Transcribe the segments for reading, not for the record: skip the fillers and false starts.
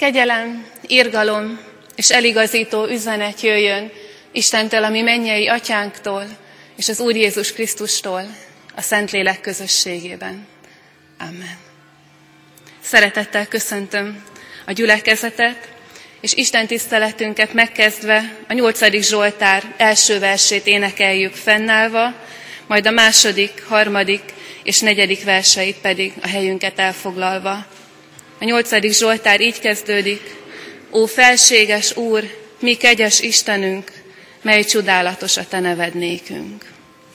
Kegyelem, irgalom és eligazító üzenet jöjjön Istentől, a mi mennyei Atyánktól, és az Úr Jézus Krisztustól, a Szentlélek közösségében. Amen. Szeretettel köszöntöm a gyülekezetet, és Isten tiszteletünket megkezdve a 8. Zsoltár első versét énekeljük fennállva, majd a 2., 3. és 4. verseit pedig a helyünket elfoglalva. A 8. Zsoltár így kezdődik: Ó felséges Úr, mi kegyes Istenünk, mely csodálatos a te neved nékünk.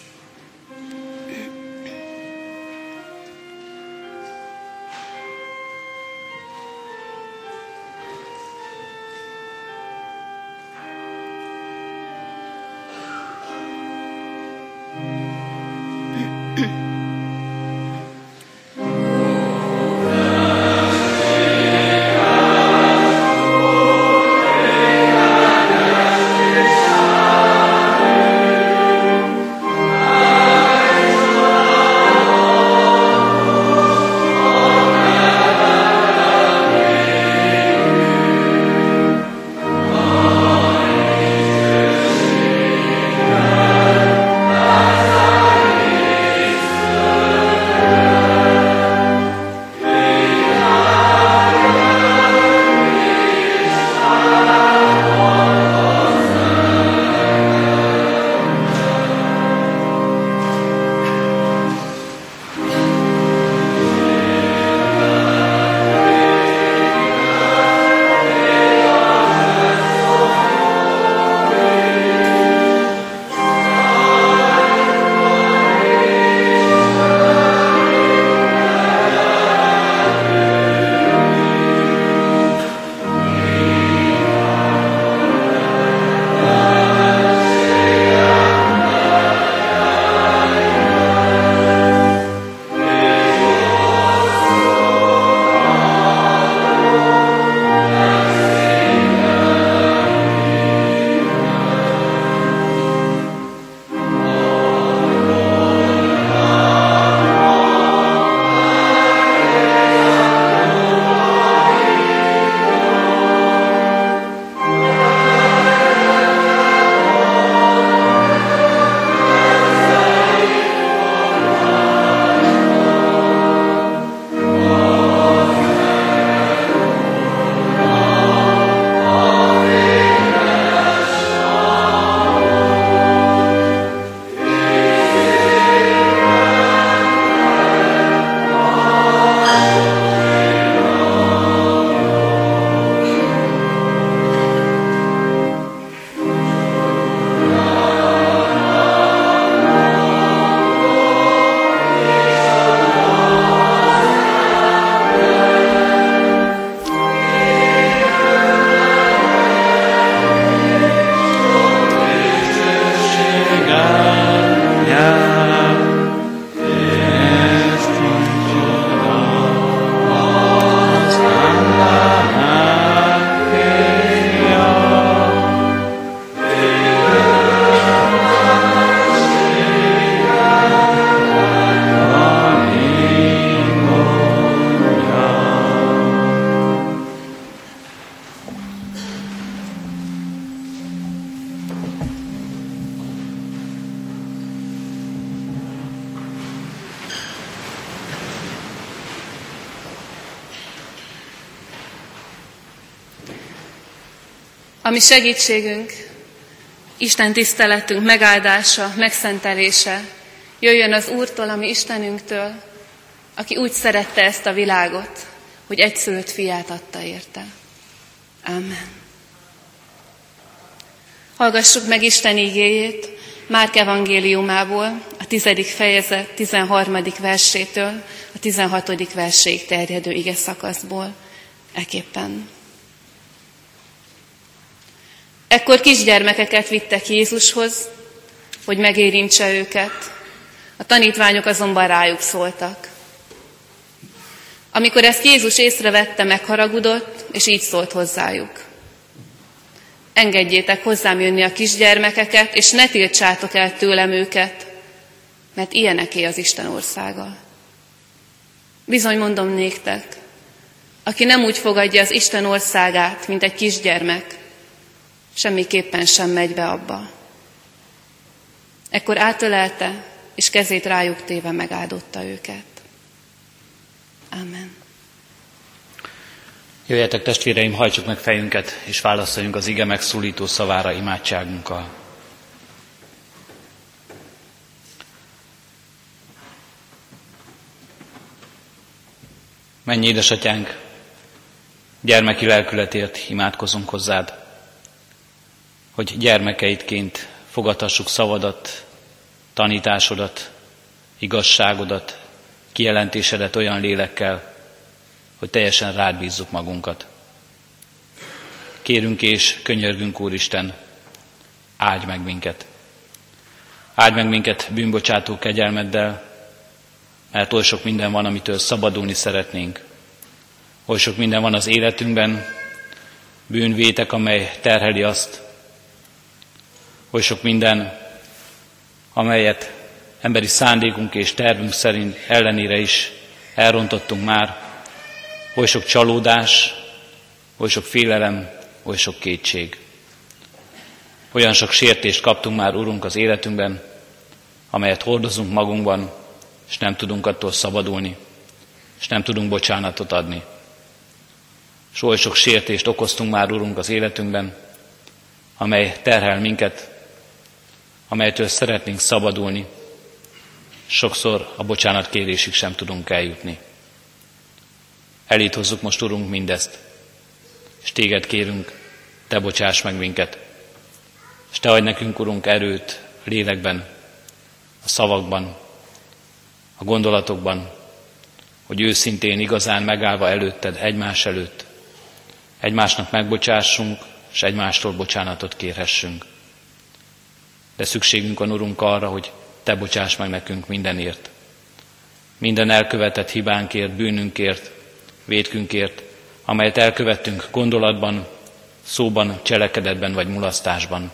A mi segítségünk, Isten tiszteletünk megáldása, megszentelése jöjjön az Úrtól, a mi Istenünktől, aki úgy szerette ezt a világot, hogy egyszülött fiát adta érte. Amen. Hallgassuk meg Isten igéjét Márk evangéliumából, a 10. fejezet 13. versétől a 16. verséig terjedő ige szakaszból. Eképpen. Ekkor kisgyermekeket vittek Jézushoz, hogy megérintse őket. A tanítványok azonban rájuk szóltak. Amikor ezt Jézus észrevette, megharagudott, és így szólt hozzájuk. Engedjétek hozzám jönni a kisgyermekeket, és ne tiltsátok el tőlem őket, mert ilyeneké az Isten országa. Bizony mondom néktek, aki nem úgy fogadja az Isten országát, mint egy kisgyermek, semmiképpen sem megy be abba. Ekkor átölelte, és kezét rájuk téve megáldotta őket. Amen. Jöjjetek, testvéreim, hajtsuk meg fejünket, és válaszoljunk az ige megszólító szavára imádságunkkal. Menj, édesatyánk, gyermeki lelkületért imádkozunk hozzád, hogy gyermekeidként fogadhassuk szavadat, tanításodat, igazságodat, kijelentésedet olyan lélekkel, hogy teljesen rád bízzuk magunkat. Kérünk és könyörgünk, Úristen, áldj meg minket. Áldj meg minket bűnbocsátó kegyelmeddel, mert oly sok minden van, amitől szabadulni szeretnénk. Oly sok minden van az életünkben, bűnvétek, amely terheli azt. Oly sok minden, amelyet emberi szándékunk és tervünk szerint ellenére is elrontottunk már. Oly sok csalódás, oly sok félelem, oly sok kétség. Olyan sok sértést kaptunk már, Urunk, az életünkben, amelyet hordozunk magunkban, és nem tudunk attól szabadulni, és nem tudunk bocsánatot adni. És oly sok sértést okoztunk már, Urunk, az életünkben, amely terhel minket, amelytől szeretnénk szabadulni. Sokszor a bocsánatkérésig sem tudunk eljutni. Eléd hozzuk most, Urunk, mindezt, és téged kérünk, te bocsáss meg minket, és te adj nekünk, Urunk, erőt a lélekben, a szavakban, a gondolatokban, hogy őszintén, igazán megállva előtted, egymás előtt, egymásnak megbocsássunk, és egymástól bocsánatot kérhessünk. De szükségünk van, Urunk, arra, hogy te bocsáss meg nekünk mindenért. Minden elkövetett hibánkért, bűnünkért, vétkünkért, amelyet elkövettünk gondolatban, szóban, cselekedetben vagy mulasztásban.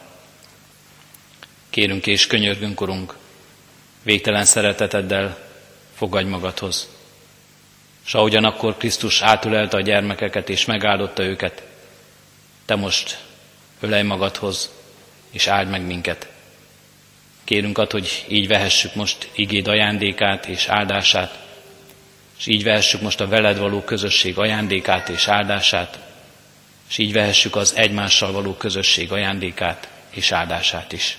Kérünk és könyörgünk, Urunk, végtelen szereteteddel fogadj magadhoz. S ahogyan akkor Krisztus átölelte a gyermekeket és megáldotta őket, te most ölelj magadhoz, és áld meg minket. Kérünk ad, hogy így vehessük most igéd ajándékát és áldását, és így vehessük most a veled való közösség ajándékát és áldását, és így vehessük az egymással való közösség ajándékát és áldását is.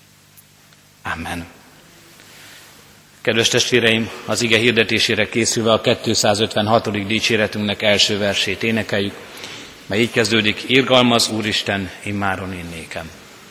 Amen. Kedves testvéreim, az ige hirdetésére készülve a 256. dicséretünknek első versét énekeljük, mely így kezdődik: irgalmaz Úristen, immáron én nékem.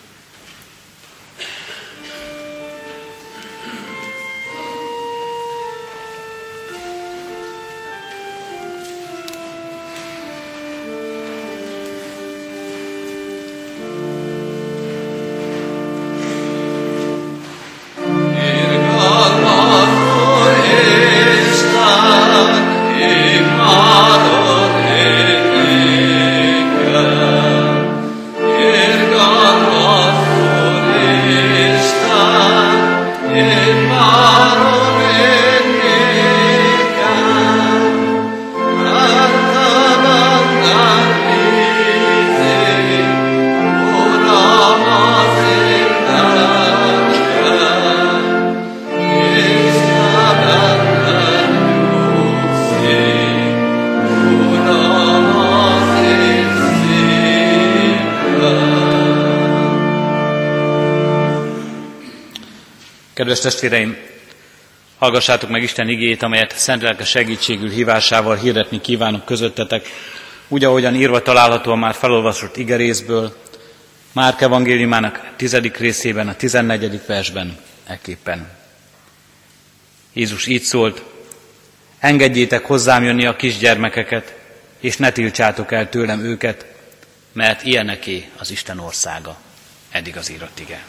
Kedves testvéreim, hallgassátok meg Isten igéjét, amelyet szent lelke segítségül hívásával hirdetni kívánok közöttetek, úgy, ahogyan írva található a már felolvasott igerészből, Márk evangéliumának 10. részében, a 14. versben ekképpen. Jézus így szólt: engedjétek hozzám jönni a kisgyermekeket, és ne tiltsátok el tőlem őket, mert ilyeneké az Isten országa. Eddig az írott ige.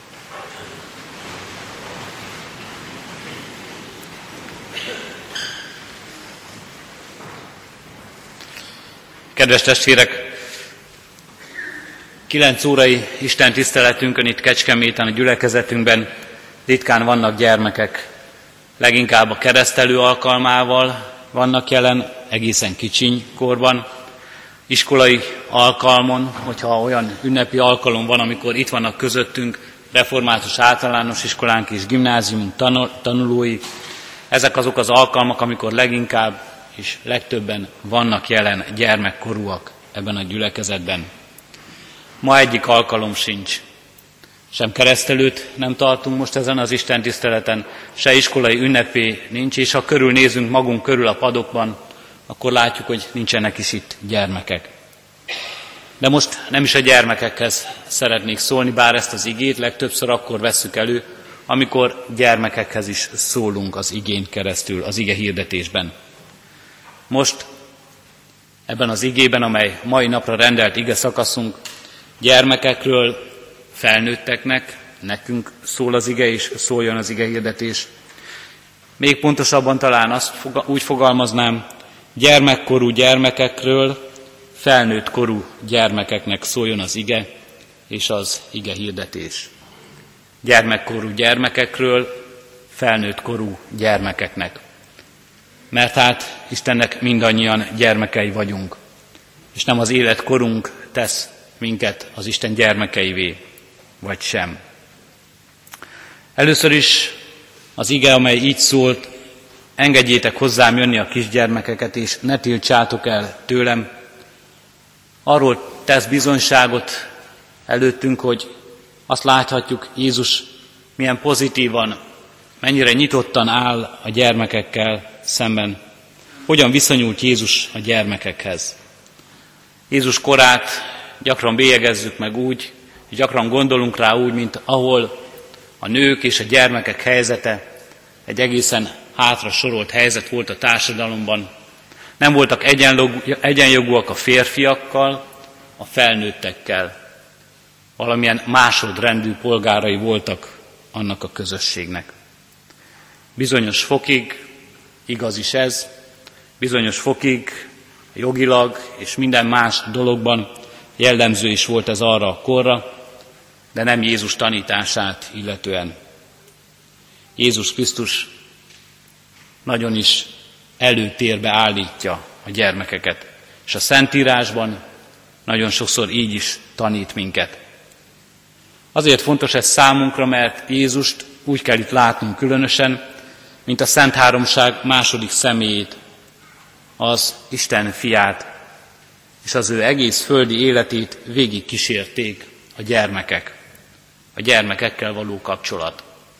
Kedves testvérek, 9 órai Isten tiszteletünkön itt Kecskeméten, a gyülekezetünkben ritkán vannak gyermekek. Leginkább a keresztelő alkalmával vannak jelen egészen kicsiny korban, iskolai alkalmon, hogyha olyan ünnepi alkalom van, amikor itt vannak közöttünk református általános iskolánk és gimnáziumunk tanulói, ezek azok az alkalmak, amikor leginkább és legtöbben vannak jelen gyermekkorúak ebben a gyülekezetben. Ma egyik alkalom sincs. Sem keresztelőt nem tartunk most ezen az istentiszteleten, se iskolai ünnepé nincs, és ha körülnézünk magunk körül a padokban, akkor látjuk, hogy nincsenek is itt gyermekek. De most nem is a gyermekekhez szeretnék szólni, bár ezt az igét legtöbbször akkor vesszük elő, amikor gyermekekhez is szólunk az igén keresztül, az ige hirdetésben. Most ebben az igében, amely mai napra rendelt ige szakaszunk, gyermekekről felnőtteknek, nekünk szól az ige és szóljon az ige hirdetés. Még pontosabban talán azt úgy fogalmaznám, gyermekkorú gyermekekről felnőtt korú gyermekeknek szóljon az ige és az ige hirdetés. Gyermekkorú gyermekekről felnőtt korú gyermekeknek. Mert hát Istennek mindannyian gyermekei vagyunk, és nem az életkorunk tesz minket az Isten gyermekeivé, vagy sem. Először is az ige, amely így szólt, engedjétek hozzám jönni a kisgyermekeket, és ne tiltsátok el tőlem. Arról tesz bizonyságot előttünk, hogy azt láthatjuk, Jézus milyen pozitívan, mennyire nyitottan áll a gyermekekkel szemben. Hogyan viszonyult Jézus a gyermekekhez. Jézus korát gyakran bélyegezzük meg úgy, és gyakran gondolunk rá úgy, mint ahol a nők és a gyermekek helyzete egy egészen hátra sorolt helyzet volt a társadalomban. Nem voltak egyenjogúak a férfiakkal, a felnőttekkel. Valamilyen másodrendű polgárai voltak annak a közösségnek. Bizonyos fokig igaz is ez, bizonyos fokig jogilag és minden más dologban jellemző is volt ez arra a korra, de nem Jézus tanítását illetően. Jézus Krisztus nagyon is előtérbe állítja a gyermekeket, és a Szentírásban nagyon sokszor így is tanít minket. Azért fontos ez számunkra, mert Jézust úgy kell itt látnunk különösen, mint a Szent Háromság második személyét, az Isten fiát, és az ő egész földi életét végig kísérték a gyermekek, a gyermekekkel való kapcsolat.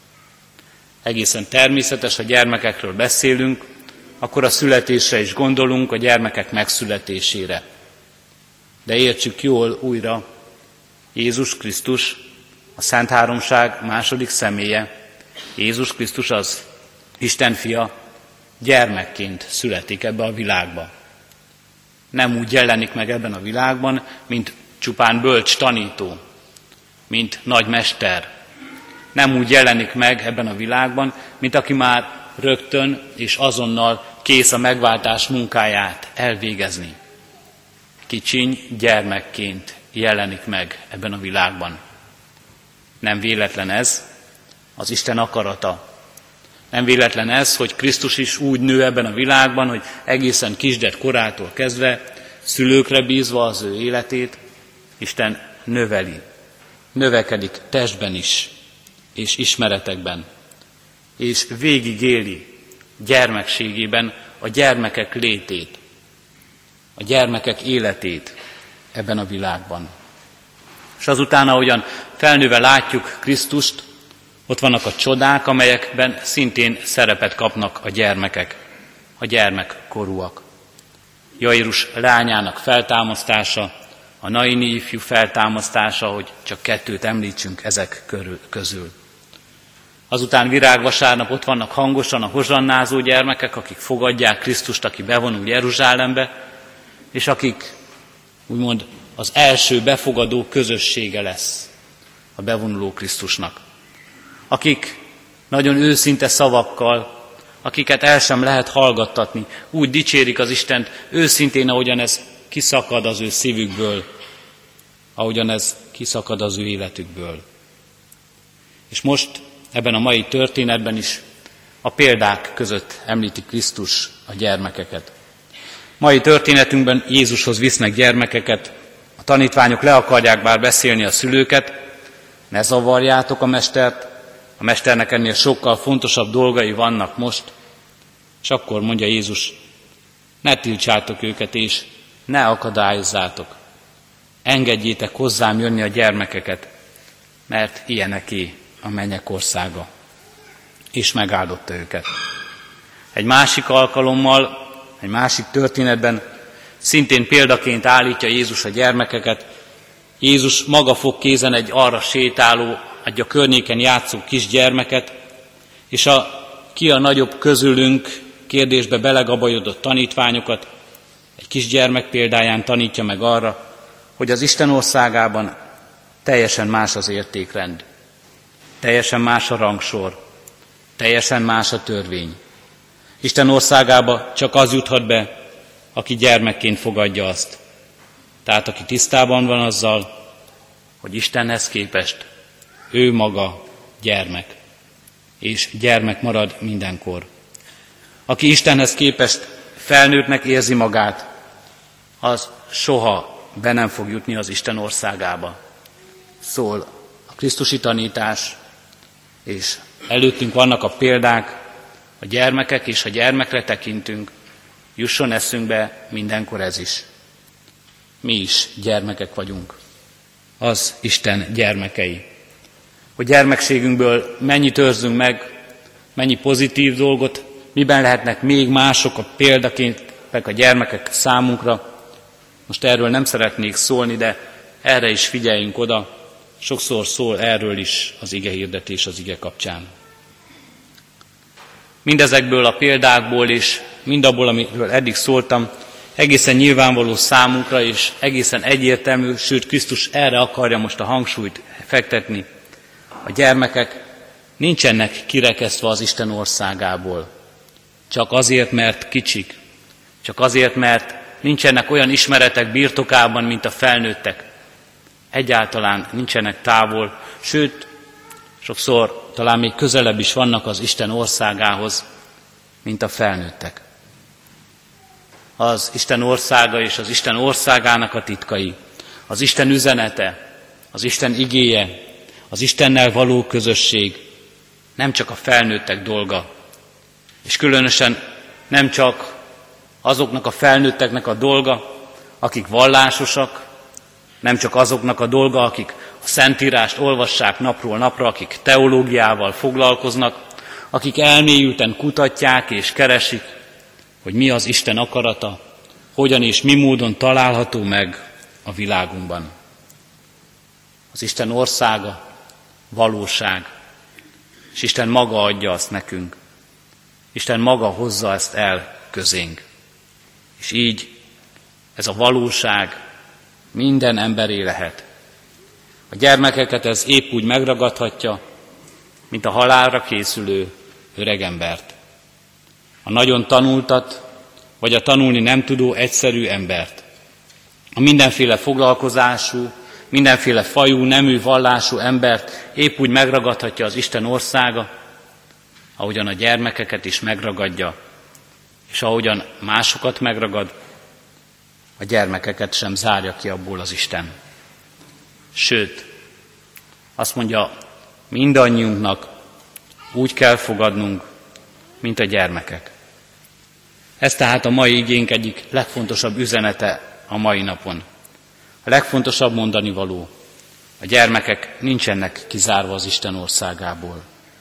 Egészen természetes, ha gyermekekről beszélünk, akkor a születésre is gondolunk, a gyermekek megszületésére. De értsük jól újra, Jézus Krisztus, a Szent Háromság második személye, Jézus Krisztus az Isten fia, gyermekként születik ebbe a világba. Nem úgy jelenik meg ebben a világban, mint csupán bölcs tanító, mint nagy mester. Nem úgy jelenik meg ebben a világban, mint aki már rögtön és azonnal kész a megváltás munkáját elvégezni. Kicsiny gyermekként jelenik meg ebben a világban. Nem véletlen ez, az Isten akarata. Nem véletlen ez, hogy Krisztus is úgy nő ebben a világban, hogy egészen kisded korától kezdve, szülőkre bízva az ő életét, Isten növeli, növekedik testben is, és ismeretekben, és végigéli gyermekségében a gyermekek létét, a gyermekek életét ebben a világban. És azután, ahogyan felnőve látjuk Krisztust, ott vannak a csodák, amelyekben szintén szerepet kapnak a gyermekek, a gyermekkorúak. Jairus leányának feltámasztása, a naini ifjú feltámasztása, hogy csak kettőt említsünk ezek közül. Azután virágvasárnap ott vannak hangosan a hozsannázó gyermekek, akik fogadják Krisztust, aki bevonul Jeruzsálembe, és akik úgymond az első befogadó közössége lesz a bevonuló Krisztusnak. Akik nagyon őszinte szavakkal, akiket el sem lehet hallgattatni, úgy dicsérik az Istent őszintén, ahogyan ez kiszakad az ő szívükből, ahogyan ez kiszakad az ő életükből. És most ebben a mai történetben is a példák között említi Krisztus a gyermekeket. Mai történetünkben Jézushoz visznek gyermekeket, a tanítványok le akarják bár beszélni a szülőket, ne zavarjátok a mestert, a mesternek ennél sokkal fontosabb dolgai vannak most, és akkor mondja Jézus, ne tiltsátok őket és ne akadályozzátok, engedjétek hozzám jönni a gyermekeket, mert ilyeneké a mennyek országa. És megáldotta őket. Egy másik alkalommal, egy másik történetben szintén példaként állítja Jézus a gyermekeket. Jézus maga fog kézen egy arra sétáló, egy a környéken játszó kisgyermeket, és ki a nagyobb közülünk kérdésbe belegabajodott tanítványokat egy kisgyermek példáján tanítja meg arra, hogy az Isten országában teljesen más az értékrend, teljesen más a rangsor, teljesen más a törvény. Isten országába csak az juthat be, aki gyermekként fogadja azt. Tehát aki tisztában van azzal, hogy Istenhez képest ő maga gyermek, és gyermek marad mindenkor. Aki Istenhez képest felnőttnek érzi magát, az soha be nem fog jutni az Isten országába. Szól a krisztusi tanítás, és előttünk vannak a példák, a gyermekek, és ha gyermekre tekintünk, jusson eszünkbe mindenkor ez is. Mi is gyermekek vagyunk, az Isten gyermekei. Hogy gyermekségünkből mennyit őrzünk meg, mennyi pozitív dolgot, miben lehetnek még mások a példaképek a gyermekek számunkra. Most erről nem szeretnék szólni, de erre is figyeljünk oda. Sokszor szól erről is az igehirdetés az ige kapcsán. Mindezekből a példákból és mindabból, amiről eddig szóltam, egészen nyilvánvaló számunkra és egészen egyértelmű, sőt Krisztus erre akarja most a hangsúlyt fektetni. A gyermekek nincsenek kirekesztve az Isten országából. Csak azért, mert kicsik. Csak azért, mert nincsenek olyan ismeretek birtokában, mint a felnőttek. Egyáltalán nincsenek távol, sőt, sokszor talán még közelebb is vannak az Isten országához, mint a felnőttek. Az Isten országa és az Isten országának a titkai, az Isten üzenete, az Isten igéje, az Istennel való közösség nem csak a felnőttek dolga, és különösen nem csak azoknak a felnőtteknek a dolga, akik vallásosak, nem csak azoknak a dolga, akik a Szentírást olvassák napról napra, akik teológiával foglalkoznak, akik elmélyülten kutatják és keresik, hogy mi az Isten akarata, hogyan és mi módon található meg a világunkban. Az Isten országa, valóság, és Isten maga adja azt nekünk. Isten maga hozza ezt el közénk. És így ez a valóság minden emberé lehet. A gyermekeket ez épp úgy megragadhatja, mint a halálra készülő öregembert. A nagyon tanultat, vagy a tanulni nem tudó egyszerű embert. A mindenféle foglalkozású, mindenféle fajú, nemű, vallású embert épp úgy megragadhatja az Isten országa, ahogyan a gyermekeket is megragadja, és ahogyan másokat megragad, a gyermekeket sem zárja ki abból az Isten. Sőt, azt mondja, mindannyiunknak úgy kell fogadnunk, mint a gyermekek. Ez tehát a mai igénk egyik legfontosabb üzenete a mai napon. A legfontosabb mondani való. A gyermekek nincsenek kizárva az Isten országából.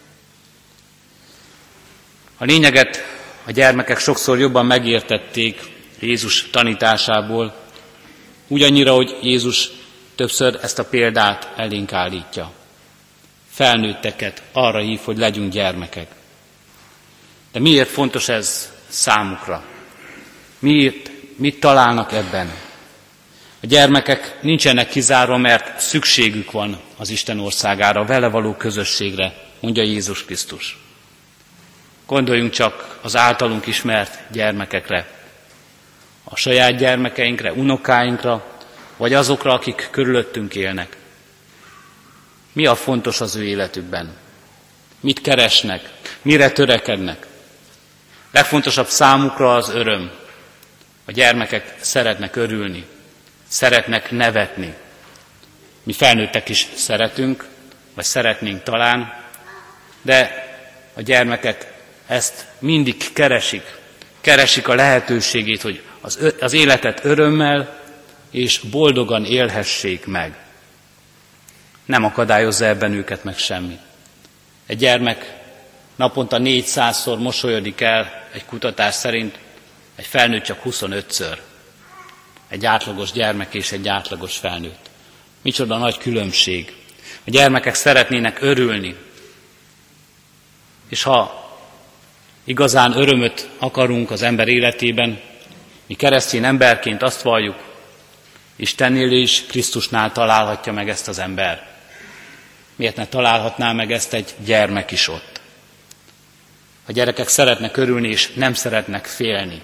A lényeget a gyermekek sokszor jobban megértették Jézus tanításából, úgy annyira, hogy Jézus többször ezt a példát elénk állítja. Felnőtteket arra hív, hogy legyünk gyermekek. De miért fontos ez számukra? Mit találnak ebben? A gyermekek nincsenek kizárva, mert szükségük van az Isten országára, a vele való közösségre, mondja Jézus Krisztus. Gondoljunk csak az általunk ismert gyermekekre, a saját gyermekeinkre, unokáinkra, vagy azokra, akik körülöttünk élnek. Mi a fontos az ő életükben? Mit keresnek? Mire törekednek? Legfontosabb számukra az öröm. A gyermekek szeretnek örülni, szeretnek nevetni. Mi felnőttek is szeretünk, vagy szeretnénk talán, de a gyermekek ezt mindig keresik a lehetőségét, hogy az életet örömmel és boldogan élhessék meg. Nem akadályozza ebben őket meg semmi. Egy gyermek naponta 400-szor mosolyodik el egy kutatás szerint, egy felnőtt csak 25-ször. Egy átlagos gyermek és egy átlagos felnőtt. Micsoda nagy különbség. A gyermekek szeretnének örülni. És ha igazán örömöt akarunk az ember életében, mi keresztény emberként azt valljuk, Istennél és Krisztusnál találhatja meg ezt az ember. Miért ne találhatná meg ezt egy gyermek is ott? A gyerekek szeretnek örülni, és nem szeretnek félni.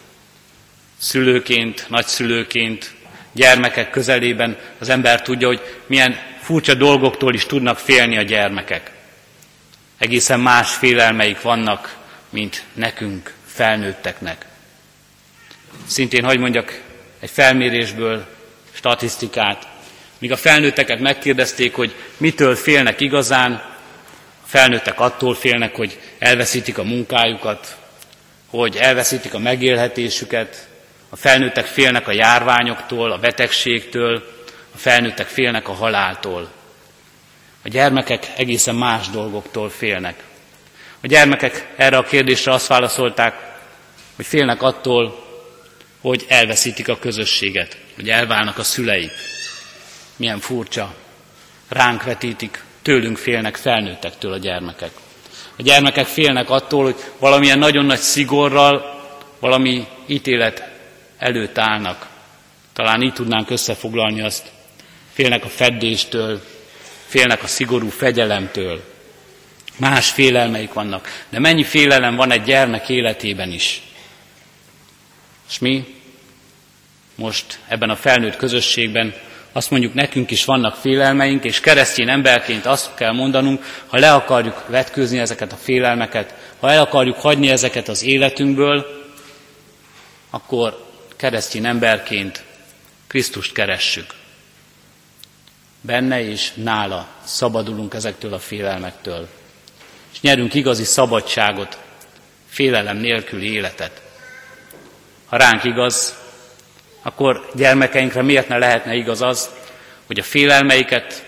Szülőként, nagyszülőként, gyermekek közelében az ember tudja, hogy milyen furcsa dolgoktól is tudnak félni a gyermekek. Egészen más félelmeik vannak, mint nekünk, felnőtteknek. Szintén, hadd mondjak egy felmérésből statisztikát. Míg a felnőtteket megkérdezték, hogy mitől félnek igazán, a felnőttek attól félnek, hogy elveszítik a munkájukat, hogy elveszítik a megélhetésüket, a felnőttek félnek a járványoktól, a betegségtől, a felnőttek félnek a haláltól. A gyermekek egészen más dolgoktól félnek. A gyermekek erre a kérdésre azt válaszolták, hogy félnek attól, hogy elveszítik a közösséget, hogy elválnak a szüleik. Milyen furcsa. Ránk vetítik, tőlünk félnek felnőttektől a gyermekek. A gyermekek félnek attól, hogy valamilyen nagyon nagy szigorral valami ítélet előtt állnak. Talán így tudnánk összefoglalni azt. Félnek a feddéstől, félnek a szigorú fegyelemtől. Más félelmeik vannak. De mennyi félelem van egy gyermek életében is. És mi most ebben a felnőtt közösségben azt mondjuk, nekünk is vannak félelmeink, és keresztény emberként azt kell mondanunk, ha le akarjuk vetkőzni ezeket a félelmeket, ha el akarjuk hagyni ezeket az életünkből, akkor keresztény emberként Krisztust keressük. Benne és nála szabadulunk ezektől a félelmektől. És nyerünk igazi szabadságot, félelem nélküli életet. Ha ránk igaz, akkor gyermekeinkre miért ne lehetne igaz az, hogy a félelmeiket,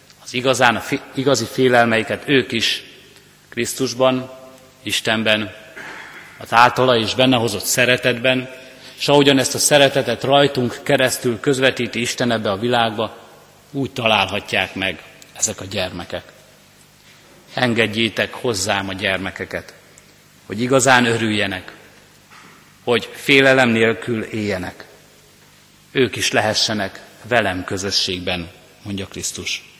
igazi félelmeiket ők is Krisztusban, Istenben, az általa és benne hozott szeretetben, és ahogyan ezt a szeretetet rajtunk keresztül közvetíti Isten ebbe a világba, úgy találhatják meg ezek a gyermekek. Engedjétek hozzám a gyermekeket, hogy igazán örüljenek, hogy félelem nélkül éljenek. Ők is lehessenek velem közösségben, mondja Krisztus.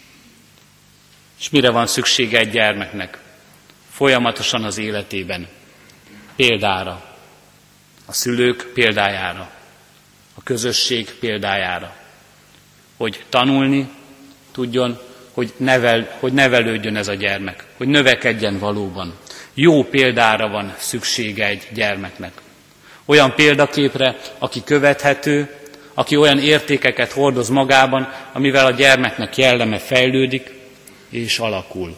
És mire van szüksége egy gyermeknek? Folyamatosan az életében. Példára. A szülők példájára. A közösség példájára. Hogy tanulni tudjon, hogy nevelődjön ez a gyermek. Hogy növekedjen valóban. Jó példára van szüksége egy gyermeknek. Olyan példaképre, aki követhető, aki olyan értékeket hordoz magában, amivel a gyermeknek jelleme fejlődik és alakul.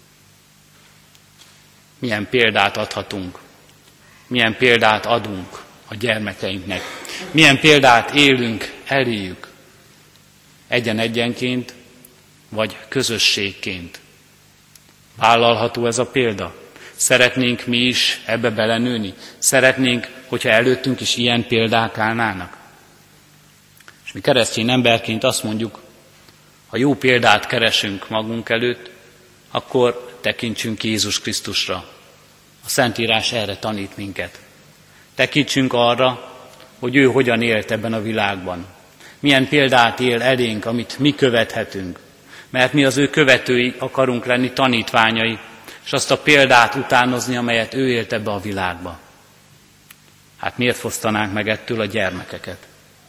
Milyen példát adhatunk, milyen példát adunk a gyermekeinknek, milyen példát élünk eléjük, egyen-egyenként vagy közösségként. Vállalható ez a példa? Szeretnénk mi is ebbe belenőni? Szeretnénk, hogyha előttünk is ilyen példák állnának? És mi keresztény emberként azt mondjuk, ha jó példát keresünk magunk előtt, akkor tekintsünk Jézus Krisztusra. A Szentírás erre tanít minket. Tekintsünk arra, hogy ő hogyan élt ebben a világban. Milyen példát él elénk, amit mi követhetünk. Mert mi az ő követői akarunk lenni, tanítványai, és azt a példát utánozni, amelyet ő élt ebbe a világba. Hát miért fosztanánk meg ettől a gyermekeket?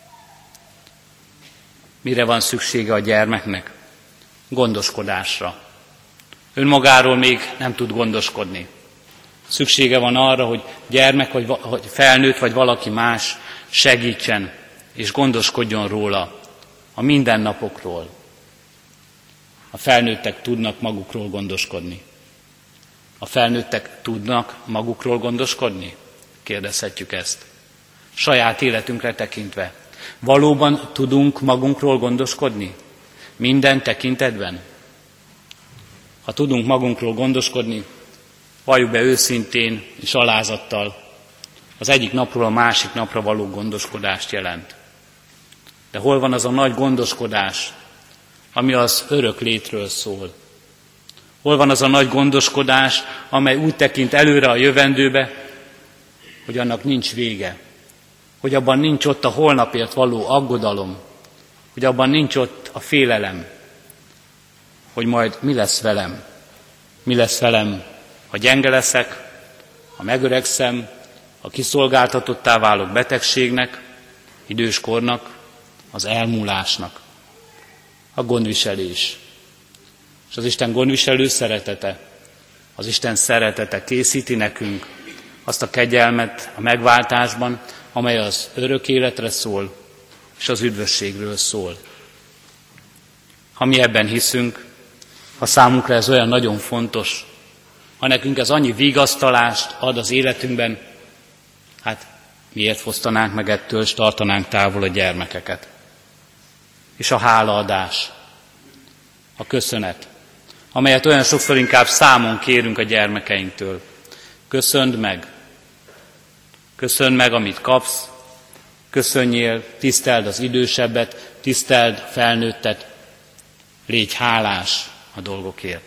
Mire van szüksége a gyermeknek? Gondoskodásra. Önmagáról még nem tud gondoskodni. Szüksége van arra, hogy gyermek, vagy felnőtt, vagy valaki más segítsen és gondoskodjon róla a mindennapokról. A felnőttek tudnak magukról gondoskodni. A felnőttek tudnak magukról gondoskodni? Kérdezhetjük ezt. Saját életünkre tekintve. Valóban tudunk magunkról gondoskodni? Minden tekintetben? Ha tudunk magunkról gondoskodni, valljuk be őszintén és alázattal, az egyik napról a másik napra való gondoskodást jelent. De hol van az a nagy gondoskodás, ami az örök létről szól? Hol van az a nagy gondoskodás, amely úgy tekint előre a jövendőbe, hogy annak nincs vége, hogy abban nincs ott a holnapért való aggodalom, hogy abban nincs ott a félelem, hogy majd mi lesz velem, ha gyenge leszek, ha megöregszem, ha kiszolgáltatottá válok betegségnek, időskornak, az elmúlásnak. A gondviselés. És az Isten gondviselő szeretete, az Isten szeretete készíti nekünk azt a kegyelmet a megváltásban, amely az örök életre szól, és az üdvösségről szól. Ha mi ebben hiszünk, ha számunkra ez olyan nagyon fontos, ha nekünk ez annyi vigasztalást ad az életünkben, hát miért fosztanánk meg ettől, és tartanánk távol a gyermekeket? És a hálaadás, a köszönet, amelyet olyan sokszor inkább számon kérünk a gyermekeinktől. Köszönd meg, amit kapsz, köszönjél, tiszteld az idősebbet, tiszteld a felnőttet, légy hálás a dolgokért.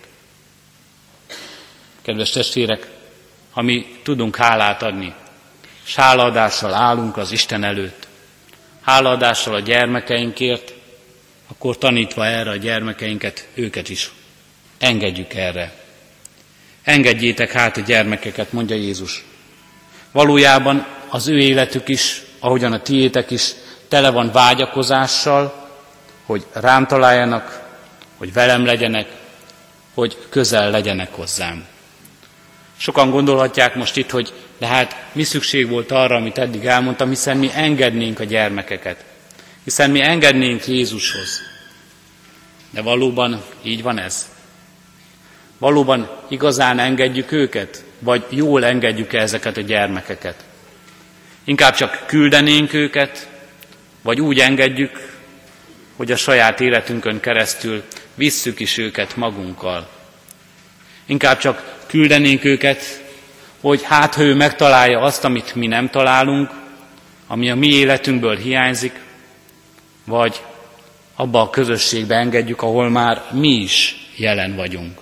Kedves testvérek, ha mi tudunk hálát adni, és hálaadással állunk az Isten előtt, hálaadással a gyermekeinkért, akkor tanítva erre a gyermekeinket, őket is engedjük erre. Engedjétek hát a gyermekeket, mondja Jézus. Valójában az ő életük is, ahogyan a tiétek is, tele van vágyakozással, hogy rám találjanak, hogy velem legyenek, hogy közel legyenek hozzám. Sokan gondolhatják most itt, hogy de hát mi szükség volt arra, amit eddig elmondtam, hiszen mi engednénk a gyermekeket, hiszen mi engednénk Jézushoz. De valóban így van ez? Valóban igazán engedjük őket, vagy jól engedjük ezeket a gyermekeket? Inkább csak küldenénk őket, vagy úgy engedjük, hogy a saját életünkön keresztül visszük is őket magunkkal. Inkább csak küldenénk őket, hogy hát ha ő megtalálja azt, amit mi nem találunk, ami a mi életünkből hiányzik, vagy abba a közösségbe engedjük, ahol már mi is jelen vagyunk.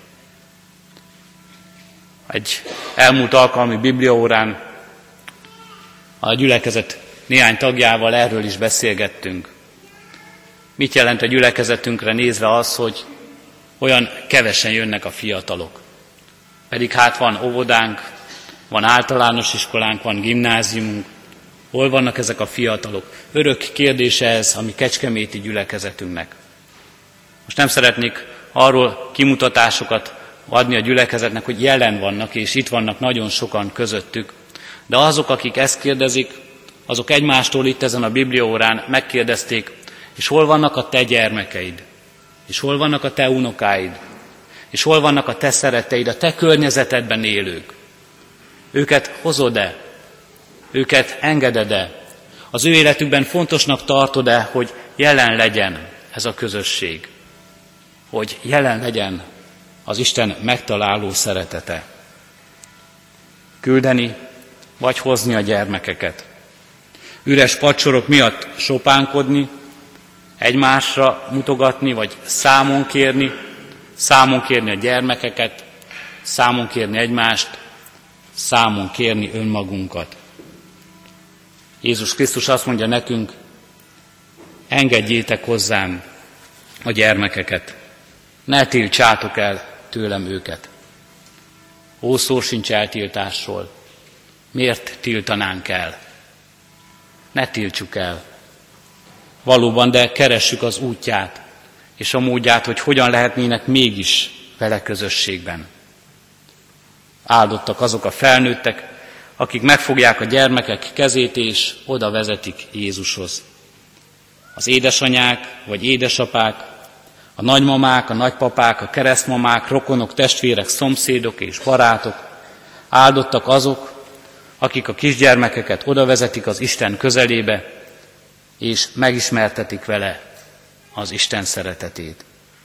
Egy elmúlt alkalmi bibliaórán a gyülekezet néhány tagjával erről is beszélgettünk. Mit jelent a gyülekezetünkre nézve az, hogy olyan kevesen jönnek a fiatalok? Pedig hát van óvodánk, van általános iskolánk, van gimnáziumunk. Hol vannak ezek a fiatalok? Örök kérdése ez a mi kecskeméti gyülekezetünknek. Most nem szeretnék arról kimutatásokat adni a gyülekezetnek, hogy jelen vannak, és itt vannak nagyon sokan közöttük. De azok, akik ezt kérdezik, azok egymástól itt ezen a bibliaórán megkérdezték, és hol vannak a te gyermekeid? És hol vannak a te unokáid? És hol vannak a te szeretteid, a te környezetedben élők? Őket hozod-e? Őket engeded-e? Az ő életükben fontosnak tartod-e, hogy jelen legyen ez a közösség? Hogy jelen legyen az Isten megtaláló szeretete? Küldeni, vagy hozni a gyermekeket? Üres padsorok miatt sopánkodni, egymásra mutogatni, vagy számon kérni a gyermekeket, számon kérni egymást, számon kérni önmagunkat. Jézus Krisztus azt mondja nekünk, engedjétek hozzám a gyermekeket, ne tiltsátok el tőlem őket. Szó sincs eltiltásról. Miért tiltanánk el? Ne tiltsuk el. Valóban, de keressük az útját és a módját, hogy hogyan lehetnének mégis vele közösségben. Áldottak azok a felnőttek, akik megfogják a gyermekek kezét és oda vezetik Jézushoz. Az édesanyák vagy édesapák, a nagymamák, a nagypapák, a keresztmamák, rokonok, testvérek, szomszédok és barátok, áldottak azok, akik a kisgyermekeket oda vezetik az Isten közelébe, és megismertetik vele az Isten szeretetét.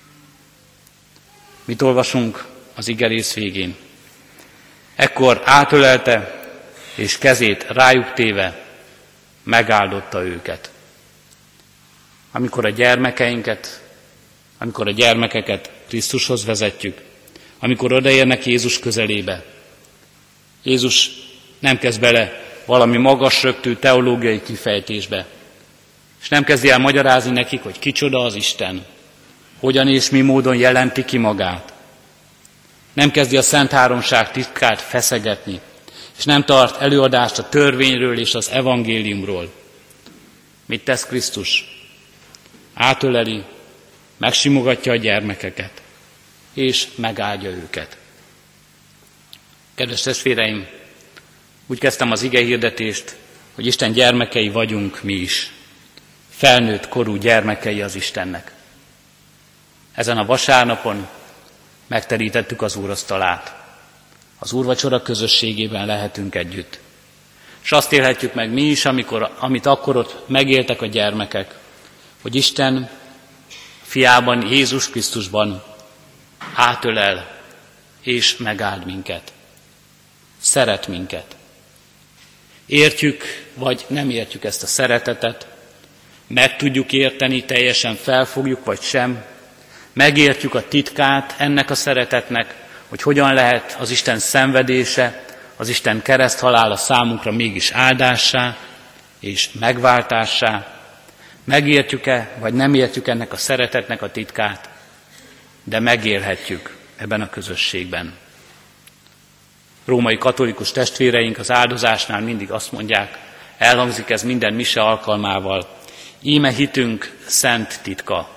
Mit olvasunk az igerész végén? Ekkor átölelte, és kezét rájuk téve megáldotta őket. Amikor a gyermekeket Krisztushoz vezetjük, amikor odaérnek Jézus közelébe, Jézus nem kezd bele valami magas röptű teológiai kifejtésbe, és nem kezdi el magyarázni nekik, hogy kicsoda az Isten, hogyan és mi módon jelenti ki magát. Nem kezdi a Szent Háromság titkát feszegetni, és nem tart előadást a törvényről és az evangéliumról. Mit tesz Krisztus? Átöleli, megsimogatja a gyermekeket, és megáldja őket. Kedves testvéreim, úgy kezdtem az igehirdetést, hogy Isten gyermekei vagyunk mi is. Felnőtt korú gyermekei az Istennek. Ezen a vasárnapon megterítettük az úrasztalát. Az úrvacsora közösségében lehetünk együtt. És azt élhetjük meg mi is, amit akkor ott megéltek a gyermekek, hogy Isten fiában, Jézus Krisztusban átölel és megáld minket. Szeret minket. Értjük, vagy nem értjük ezt a szeretetet, meg tudjuk érteni, teljesen felfogjuk, vagy sem, megértjük a titkát ennek a szeretetnek, hogy hogyan lehet az Isten szenvedése, az Isten kereszthalála számunkra mégis áldássá és megváltássá. Megértjük-e, vagy nem értjük ennek a szeretetnek a titkát, de megélhetjük ebben a közösségben. Római katolikus testvéreink az áldozásnál mindig azt mondják, elhangzik ez minden mise alkalmával, íme hitünk szent titka.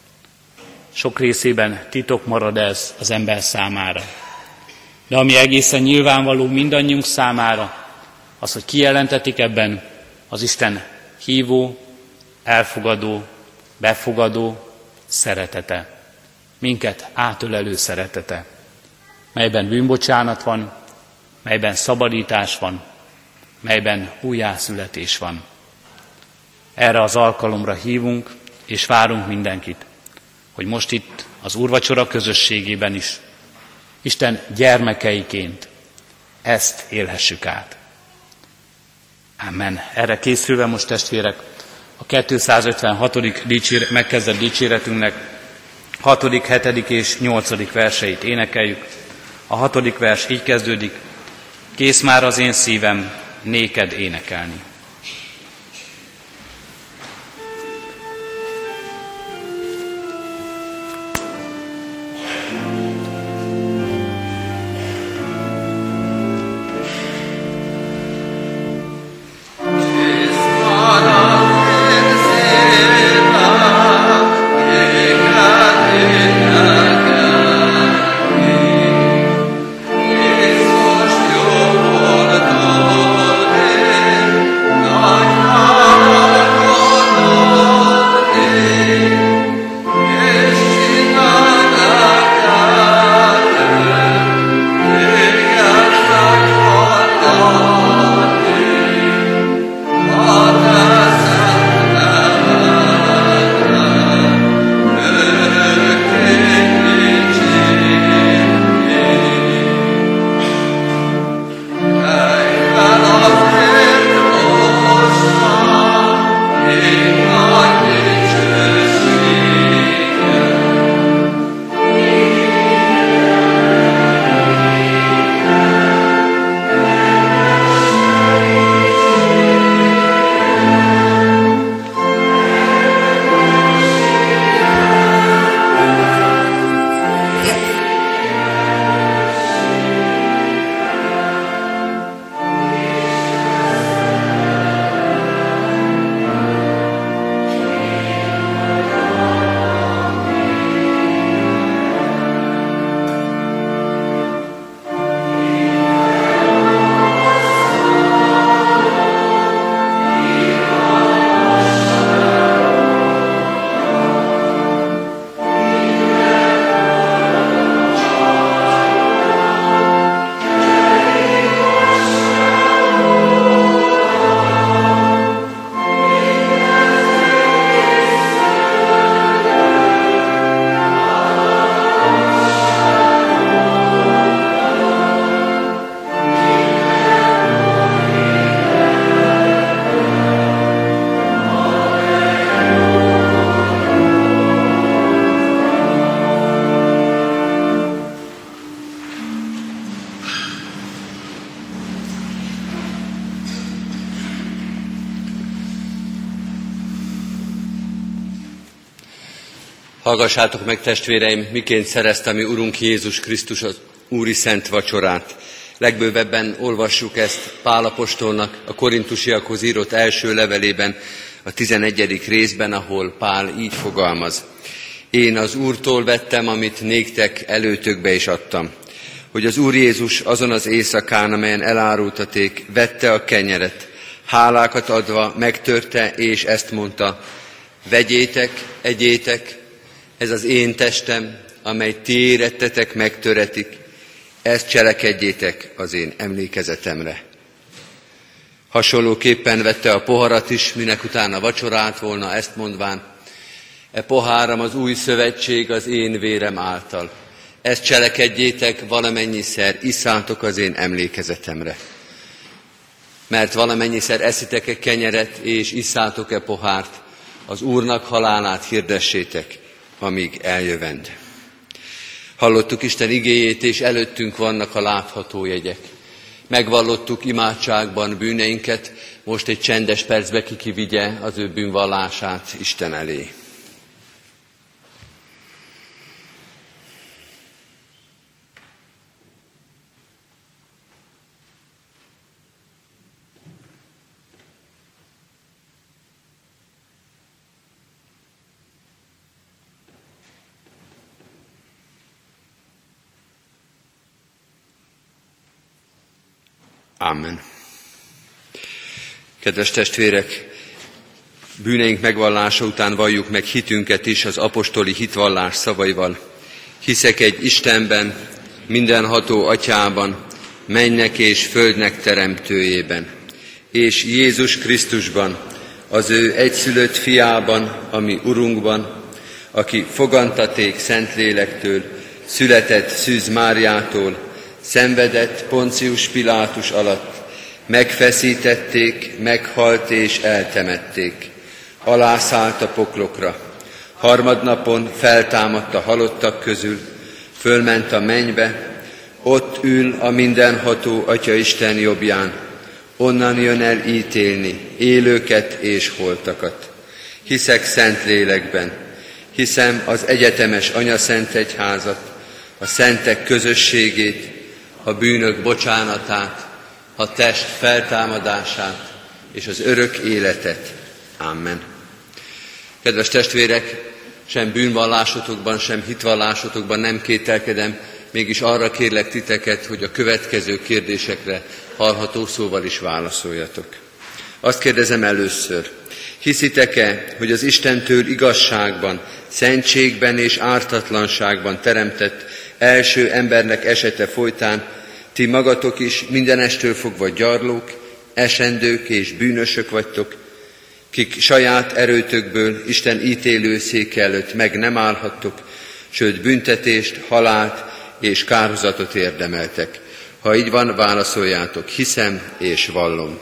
Sok részében titok marad ez az ember számára. De ami egészen nyilvánvaló mindannyiunk számára, az, hogy kijelentetik ebben az Isten hívó, elfogadó, befogadó szeretete. Minket átölelő szeretete, melyben bűnbocsánat van, melyben szabadítás van, melyben újjászületés van. Erre az alkalomra hívunk, és várunk mindenkit, hogy most itt az úrvacsora közösségében is, Isten gyermekeiként ezt élhessük át. Amen. Erre készülve most, testvérek, a 256. megkezdett dicséretünknek 6., 7. és 8. verseit énekeljük. A 6. vers így kezdődik, kész már az én szívem néked énekelni. Hallgassátok meg, testvéreim, miként szerezte mi Urunk Jézus Krisztus az úri szent vacsorát. Legbővebben olvassuk ezt Pál apostolnak a korintusiakhoz írott első levelében, a 11. részben, ahol Pál így fogalmaz. Én az Úrtól vettem, amit néktek előtökbe is adtam, hogy az Úr Jézus azon az éjszakán, amelyen elárultaték, vette a kenyeret, hálákat adva megtörte, és ezt mondta: vegyétek, egyétek, ez az én testem, amely ti érettetek megtöretik, ezt cselekedjétek az én emlékezetemre. Hasonlóképpen vette a poharat is, minek utána vacsorált volna, ezt mondván: e poháram az új szövetség az én vérem által. Ezt cselekedjétek, valamennyiszer isszátok az én emlékezetemre. Mert valamennyiszer eszitek-e kenyeret és isszátok-e pohárt, az Úrnak halálát hirdessétek, amíg eljövend. Hallottuk Isten igéjét, és előttünk vannak a látható jegyek. Megvallottuk imádságban bűneinket, most egy csendes percbe ki vigye az ő bűnvallását Isten elé. Amen. Kedves testvérek, bűneink megvallása után valljuk meg hitünket is az apostoli hitvallás szavaival. Hiszek egy Istenben, mindenható Atyában, mennek és földnek teremtőjében, és Jézus Krisztusban, az ő egyszülött fiában, ami Urunkban, aki fogantaték Szentlélektől, született Szűz Máriától, szenvedett Poncius Pilátus alatt, megfeszítették, meghalt és eltemették. Alászállt a poklokra. Harmadnapon feltámadt a halottak közül, fölment a mennybe, ott ül a mindenható Atyaisten jobbján, onnan jön el ítélni élőket és holtakat. Hiszek Szentlélekben, hiszem az egyetemes Anyaszentegyházat, a szentek közösségét, a bűnök bocsánatát, a test feltámadását és az örök életet. Amen. Kedves testvérek, sem bűnvallásotokban, sem hitvallásotokban nem kételkedem, mégis arra kérlek titeket, hogy a következő kérdésekre hallható szóval is válaszoljatok. Azt kérdezem először: hiszitek-e, hogy az Istentől igazságban, szentségben és ártatlanságban teremtett első embernek esete folytán ti magatok is mindenestől fogva gyarlók, esendők és bűnösök vagytok, kik saját erőtökből Isten ítélőszéke előtt meg nem állhattok, sőt büntetést, halált és kárhozatot érdemeltek. Ha így van, válaszoljátok: hiszem és vallom.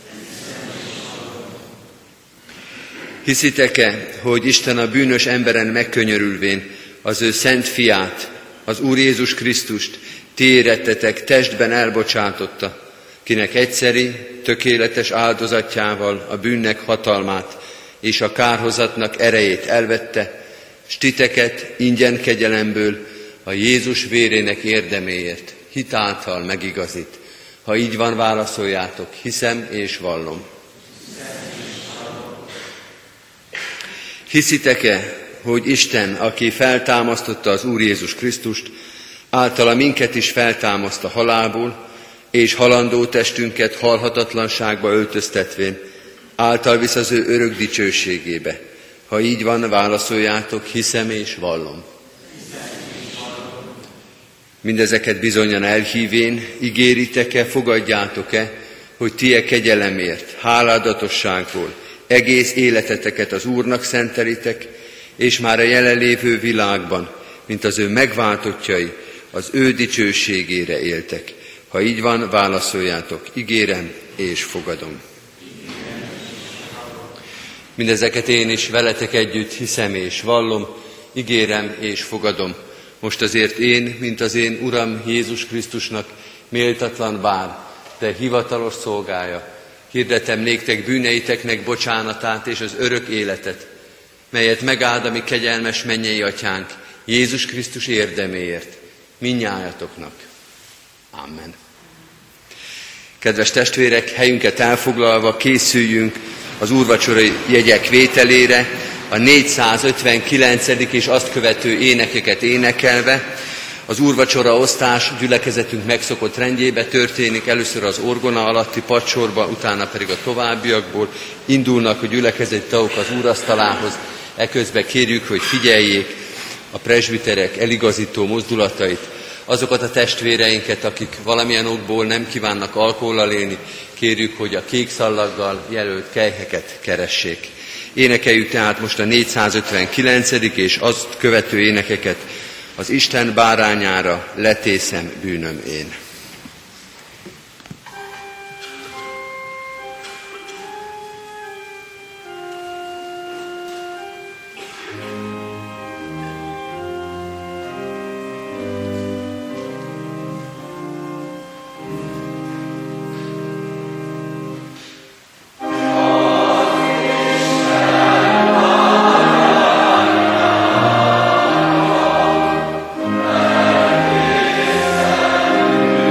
Hiszitek-e, hogy Isten a bűnös emberen megkönyörülvén az ő szent fiát, az Úr Jézus Krisztust ti érettetek testben elbocsátotta, kinek egyszeri, tökéletes áldozatjával a bűnnek hatalmát és a kárhozatnak erejét elvette, s titeket ingyen kegyelemből a Jézus vérének érdeméért hitáltal megigazít. Ha így van, válaszoljátok: hiszem és vallom. Hiszitek-e, hogy Isten, aki feltámasztotta az Úr Jézus Krisztust, általa minket is feltámaszt a halálból, és halandó testünket halhatatlanságba öltöztetvén, által visz az ő örök dicsőségébe. Ha így van, válaszoljátok: hiszem és vallom. Mindezeket bizonyan elhívén, ígéritek-e, fogadjátok-e, hogy ti e kegyelemért, háládatosságból egész életeteket az Úrnak szentelitek, és már a jelenlévő világban, mint az ő megváltottjai, az ő dicsőségére éltek. Ha így van, válaszoljátok: ígérem és fogadom. Mindezeket én is veletek együtt hiszem és vallom, ígérem és fogadom. Most azért én, mint az én Uram Jézus Krisztusnak méltatlan bár, de hivatalos szolgája, hirdetem néktek bűneiteknek bocsánatát és az örök életet, melyet megáld a mi kegyelmes mennyei atyánk, Jézus Krisztus érdeméért, mindnyájatoknak. Amen. Kedves testvérek, helyünket elfoglalva készüljünk az úrvacsorai jegyek vételére, a 459. és azt követő énekeket énekelve. Az úrvacsora osztás gyülekezetünk megszokott rendjébe történik, először az orgona alatti padsorba, utána pedig a továbbiakból indulnak a gyülekezeti tagok az úrasztalához. Eközben kérjük, hogy figyeljék a presbiterek eligazító mozdulatait. Azokat a testvéreinket, akik valamilyen okból nem kívánnak alkohollal élni, kérjük, hogy a kék szallaggal jelölt kelyheket keressék. Énekeljük tehát most a 459. és azt követő énekeket, az Isten bárányára letészem bűnöm én. Amen.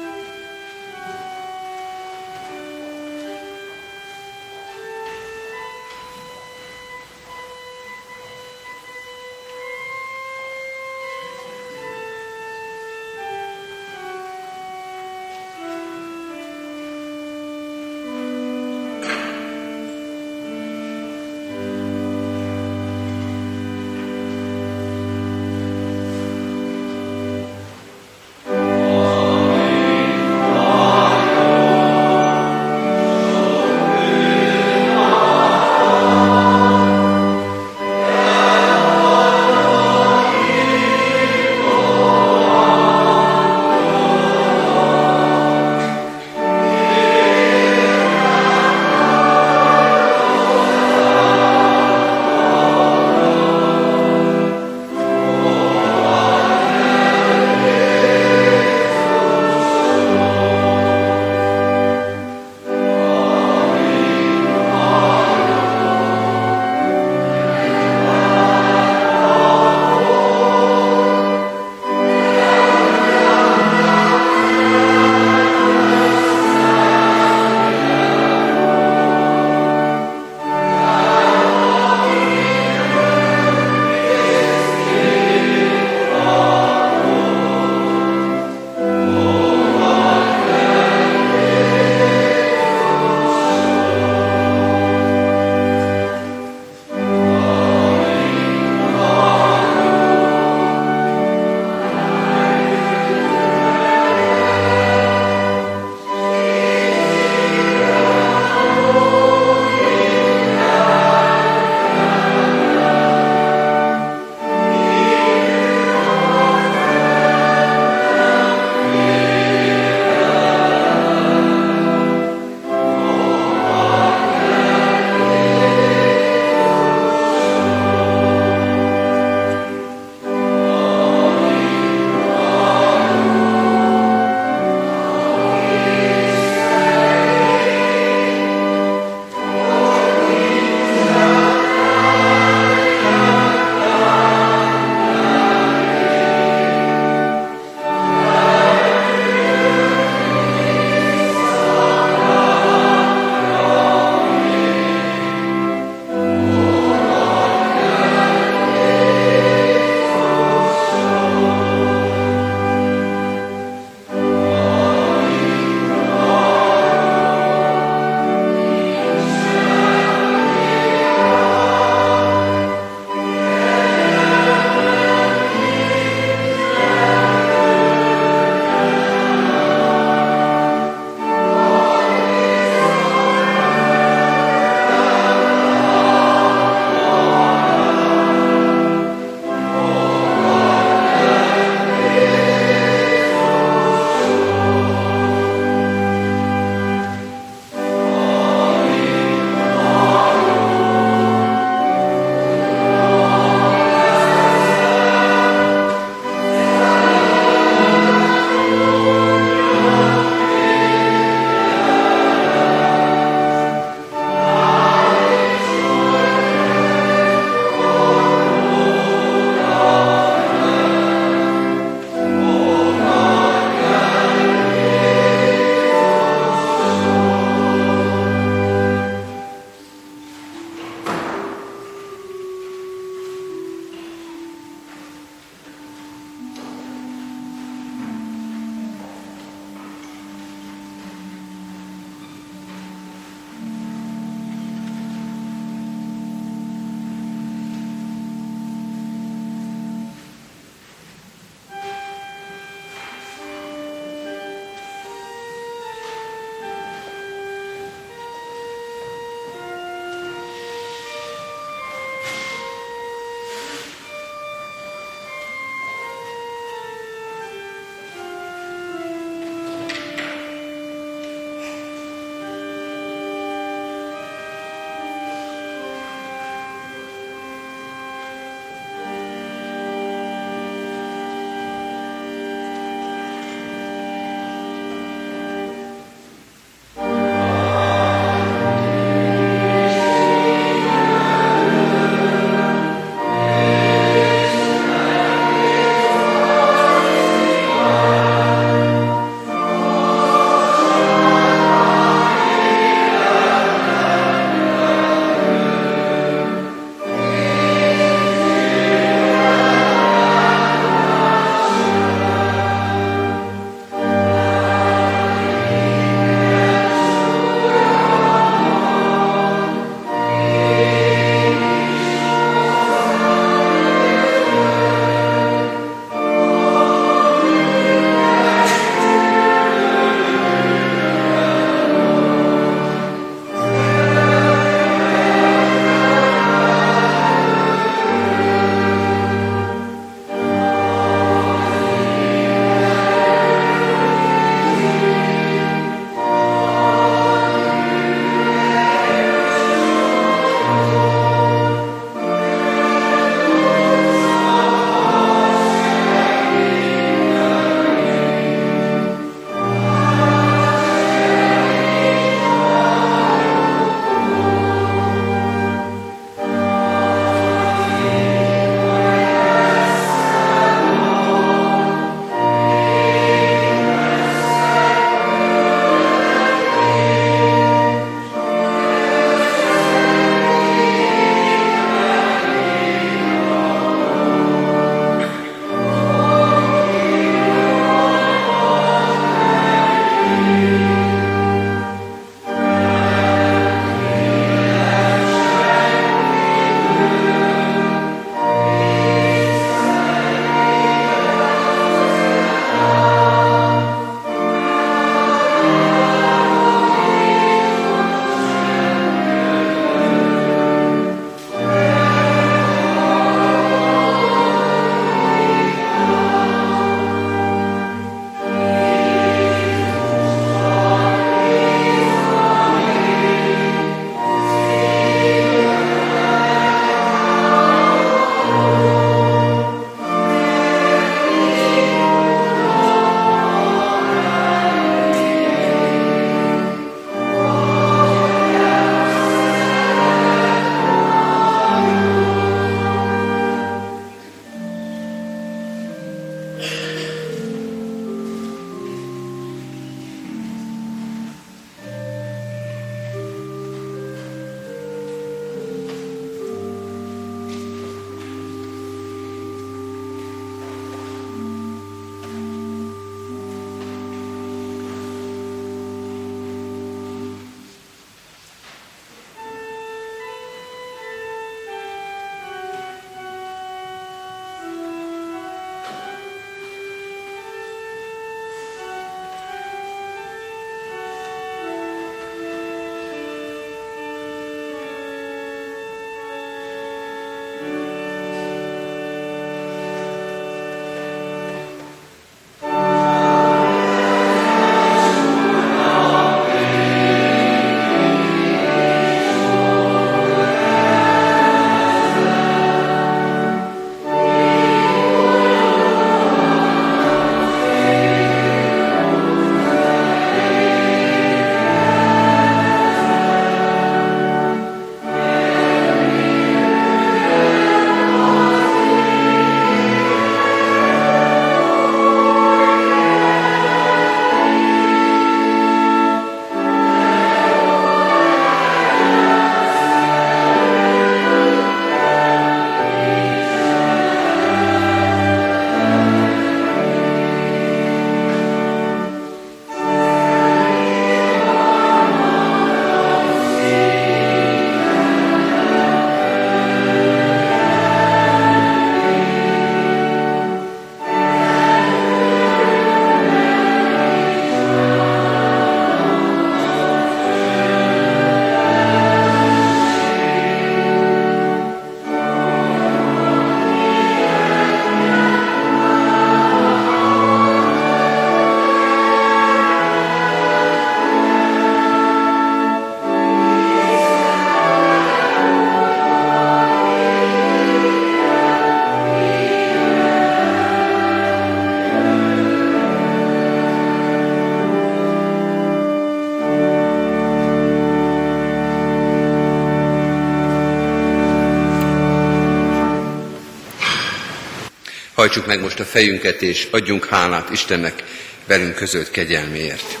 Hajtsuk meg most a fejünket, és adjunk hálát Istennek velünk közölt kegyelméért.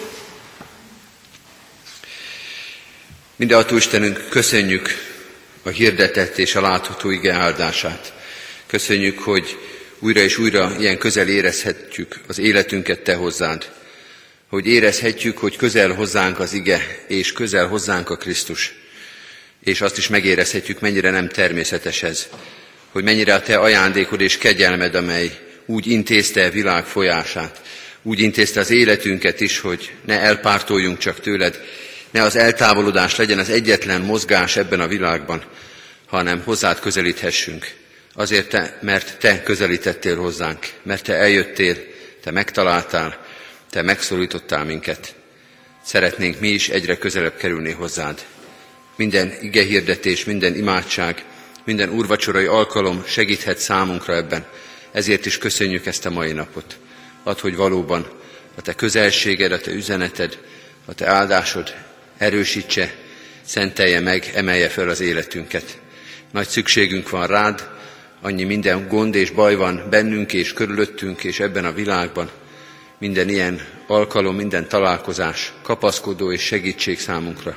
Mindenható Istenünk, köszönjük a hirdetett és a látható ige áldását. Köszönjük, hogy újra és újra ilyen közel érezhetjük az életünket Te hozzád. Hogy érezhetjük, hogy közel hozzánk az ige, és közel hozzánk a Krisztus. És azt is megérezhetjük, mennyire nem természetes ez. Hogy mennyire a Te ajándékod és kegyelmed, amely úgy intézte a világ folyását, úgy intézte az életünket is, hogy ne elpártoljunk csak tőled, ne az eltávolodás legyen az egyetlen mozgás ebben a világban, hanem hozzád közelíthessünk. Azért, mert Te közelítettél hozzánk, mert Te eljöttél, Te megtaláltál, Te megszólítottál minket. Szeretnénk mi is egyre közelebb kerülni hozzád. Minden igehirdetés, minden imádság, minden úrvacsorai alkalom segíthet számunkra ebben. Ezért is köszönjük ezt a mai napot. Add, hogy valóban a Te közelséged, a Te üzeneted, a Te áldásod erősítse, szentelje meg, emelje fel az életünket. Nagy szükségünk van rád, annyi minden gond és baj van bennünk és körülöttünk és ebben a világban. Minden ilyen alkalom, minden találkozás kapaszkodó és segítség számunkra.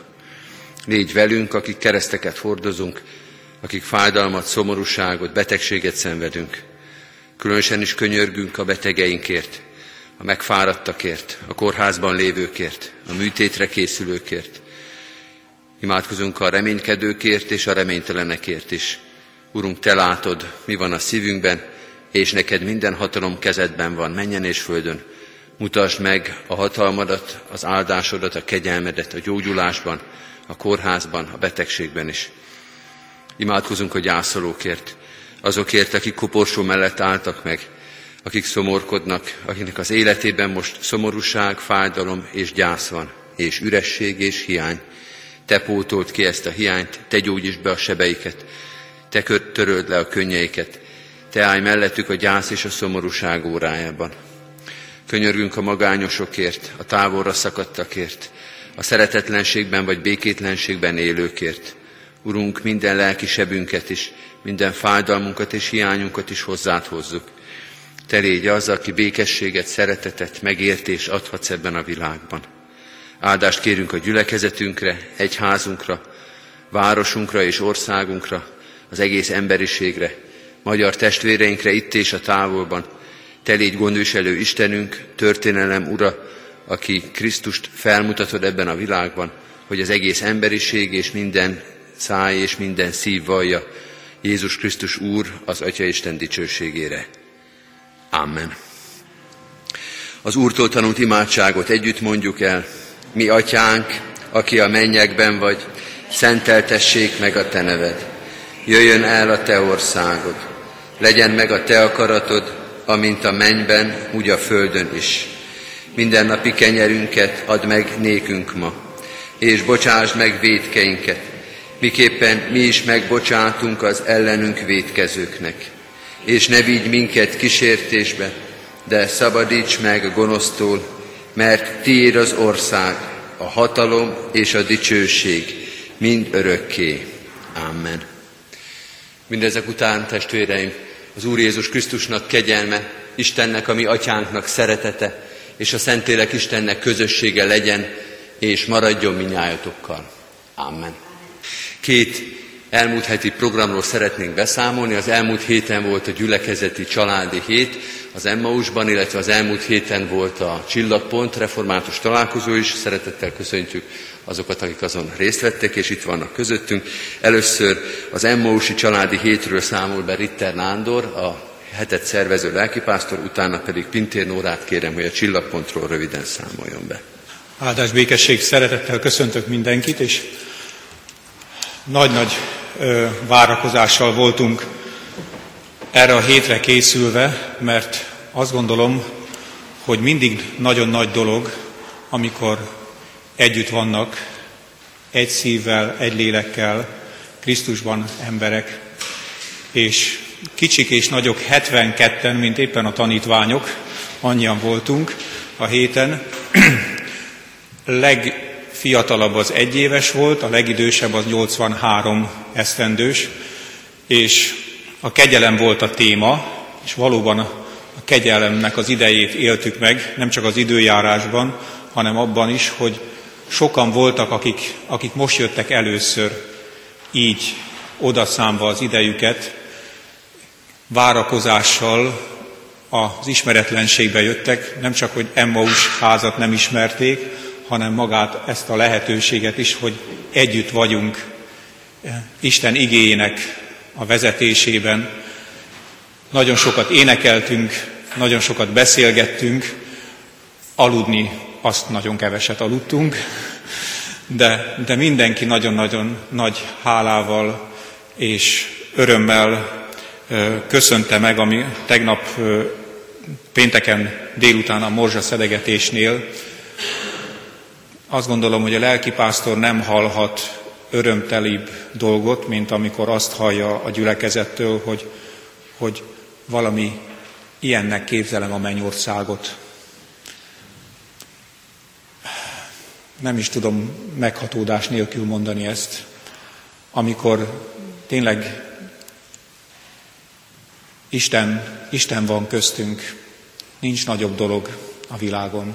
Légy velünk, akik kereszteket hordozunk, akik fájdalmat, szomorúságot, betegséget szenvedünk. Különösen is könyörgünk a betegeinkért, a megfáradtakért, a kórházban lévőkért, a műtétre készülőkért. Imádkozunk a reménykedőkért és a reménytelenekért is. Urunk, Te látod, mi van a szívünkben, és neked minden hatalom kezedben van, mennyen és földön. Mutasd meg a hatalmadat, az áldásodat, a kegyelmedet a gyógyulásban, a kórházban, a betegségben is. Imádkozunk a gyászolókért, azokért, akik koporsó mellett álltak meg, akik szomorkodnak, akiknek az életében most szomorúság, fájdalom és gyász van, és üresség és hiány. Te pótold ki ezt a hiányt, Te gyógyítsd be a sebeiket, Te töröld le a könnyeiket, Te állj mellettük a gyász és a szomorúság órájában. Könyörgünk a magányosokért, a távolra szakadtakért, a szeretetlenségben vagy békétlenségben élőkért. Urunk, minden lelki sebünket is, minden fájdalmunkat és hiányunkat is hozzád hozzuk. Te légy az, aki békességet, szeretetet, megértést adhatsz ebben a világban. Áldást kérünk a gyülekezetünkre, egyházunkra, városunkra és országunkra, az egész emberiségre, magyar testvéreinkre itt és a távolban. Te légy gondviselő Istenünk, történelem ura, aki Krisztust felmutatod ebben a világban, hogy az egész emberiség és minden száj és minden szív vallja Jézus Krisztus Úr az Atya Isten dicsőségére. Amen. Az Úrtól tanult imádságot együtt mondjuk el. Mi Atyánk, aki a mennyekben vagy, szenteltessék meg a Te neved. Jöjjön el a Te országod. Legyen meg a Te akaratod, amint a mennyben, úgy a földön is. Mindennapi kenyerünket add meg nékünk ma, és bocsásd meg vétkeinket, miképpen mi is megbocsátunk az ellenünk vétkezőknek. És ne vigy minket kísértésbe, de szabadíts meg a gonosztól, mert Tiéd az ország, a hatalom és a dicsőség mind örökké. Amen. Mindezek után, testvéreim, az Úr Jézus Krisztusnak kegyelme, Istennek, a mi atyánknak szeretete, és a Szentlélek Istennek közössége legyen, és maradjon minnyájatokkal. Amen. 2 elmúlt heti programról szeretnénk beszámolni. Az elmúlt héten volt a gyülekezeti családi hét az Emmausban, illetve az elmúlt héten volt a Csillagpont református találkozó is. Szeretettel köszöntjük azokat, akik azon részt vettek, és itt vannak közöttünk. Először az Emmausi családi hétről számol be Ritter Nándor, a hetet szervező lelkipásztor, utána pedig Pintér Nórát kérem, hogy a Csillagpontról röviden számoljon be. Áldás, békesség, szeretettel köszöntök mindenkit, és nagy-nagy várakozással voltunk erre a hétre készülve, mert azt gondolom, hogy mindig nagyon nagy dolog, amikor együtt vannak, egy szívvel, egy lélekkel, Krisztusban emberek, és kicsik és nagyok 72-en, mint éppen a tanítványok, annyian voltunk a héten. Legfiatalabb az 1 éves volt, a legidősebb az 83 esztendős, és a kegyelem volt a téma, és valóban a kegyelemnek az idejét éltük meg, nem csak az időjárásban, hanem abban is, hogy sokan voltak, akik most jöttek először így odaszámva az idejüket, várakozással az ismeretlenségbe jöttek, nem csak, hogy Emmaus házat nem ismerték, hanem magát ezt a lehetőséget is, hogy együtt vagyunk Isten igéjének a vezetésében. Nagyon sokat énekeltünk, nagyon sokat beszélgettünk, aludni azt nagyon keveset aludtunk, de mindenki nagyon-nagyon nagy hálával és örömmel köszönte meg, ami tegnap pénteken délután a morzsa szedegetésnél. Azt gondolom, hogy a lelkipásztor nem hallhat örömtelibb dolgot, mint amikor azt hallja a gyülekezettől, hogy valami ilyennek képzelem a mennyországot. Nem is tudom meghatódás nélkül mondani ezt, amikor tényleg Isten van köztünk, nincs nagyobb dolog a világon.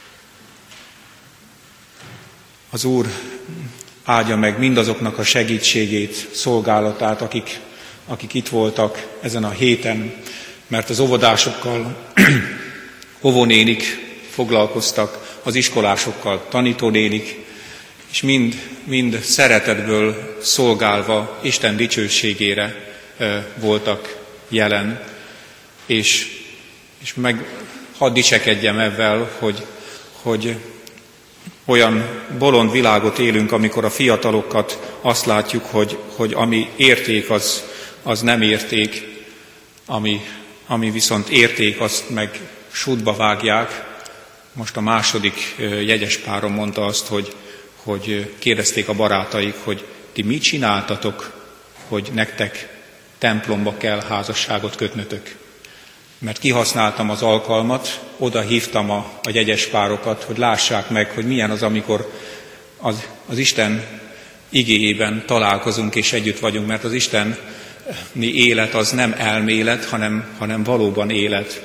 Az Úr áldja meg mindazoknak a segítségét, szolgálatát, akik itt voltak ezen a héten, mert az óvodásokkal óvónénik foglalkoztak, az iskolásokkal tanítónénik, és mind szeretetből szolgálva Isten dicsőségére voltak jelen. És meg hadd dicsekedjem ezzel, hogy olyan bolond világot élünk, amikor a fiatalokat azt látjuk, hogy ami érték, az nem érték, ami viszont érték, azt meg sútba vágják. Most a második jegyes párom mondta azt, hogy kérdezték a barátaik, hogy ti mit csináltatok, hogy nektek templomba kell házasságot kötnötök. Mert kihasználtam az alkalmat, oda hívtam a jegyes párokat, hogy lássák meg, hogy milyen az, amikor az Isten igéjében találkozunk és együtt vagyunk, mert az isteni élet az nem elmélet, hanem valóban élet.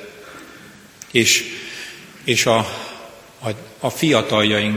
És a fiataljaink,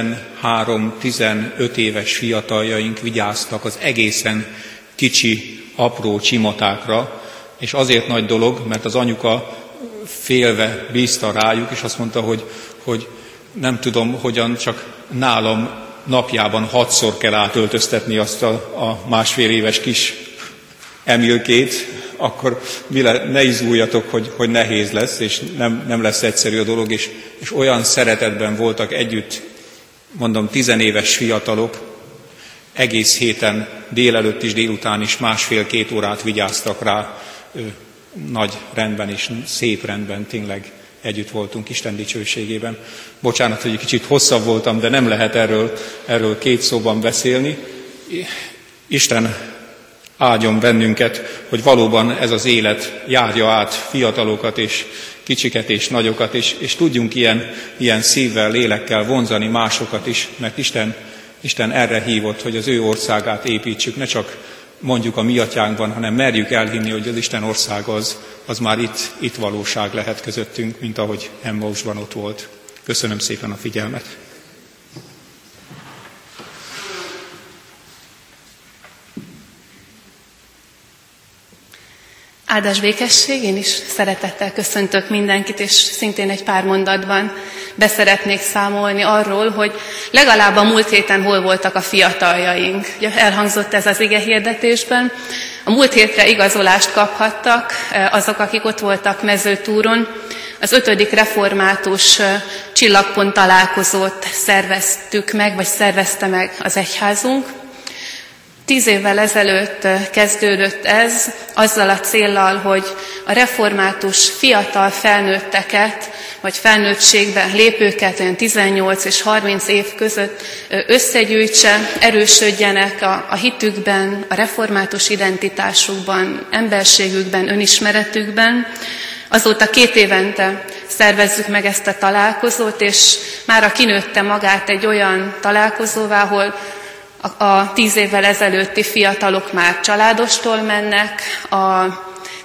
13-15 éves fiataljaink vigyáztak az egészen kicsi, apró csimatákra, és azért nagy dolog, mert az anyuka félve bízta rájuk, és azt mondta, hogy nem tudom, hogyan, csak nálam napjában 6-szor kell átöltöztetni azt a másfél éves kis Emilkét, akkor ne izguljatok, hogy nehéz lesz, és nem lesz egyszerű a dolog, és olyan szeretetben voltak együtt, mondom, 10 éves fiatalok, egész héten, délelőtt is, délután is 1,5-2 órát vigyáztak rá, nagy rendben és szép rendben, tényleg együtt voltunk Isten dicsőségében. Bocsánat, hogy egy kicsit hosszabb voltam, de nem lehet erről 2 szóban beszélni. Isten áldjon bennünket, hogy valóban ez az élet járja át fiatalokat és kicsiket és nagyokat, és tudjunk ilyen szívvel, lélekkel vonzani másokat is, mert Isten erre hívott, hogy az ő országát építsük, ne csak mondjuk a mi atyánkban, hanem merjük elhinni, hogy az Isten ország az már itt valóság lehet közöttünk, mint ahogy Emmausban ott volt. Köszönöm szépen a figyelmet! Áldás békesség, én is szeretettel köszöntök mindenkit, és szintén egy pár mondatban beszeretnék számolni arról, hogy legalább a múlt héten hol voltak a fiataljaink. Ugye elhangzott ez az ige hirdetésben. A múlt hétre igazolást kaphattak azok, akik ott voltak Mezőtúron. Az 5. református csillagpont találkozót szerveztük meg, vagy szervezte meg az egyházunk. 10 évvel ezelőtt kezdődött ez, azzal a céllal, hogy a református fiatal felnőtteket, vagy felnőttségben lépőket, olyan 18 és 30 év között összegyűjtse, erősödjenek a hitükben, a református identitásukban, emberségükben, önismeretükben. Azóta 2 évente szervezzük meg ezt a találkozót, és mára kinőtte magát egy olyan találkozóvá, ahol a 10 évvel ezelőtti fiatalok már családostól mennek, a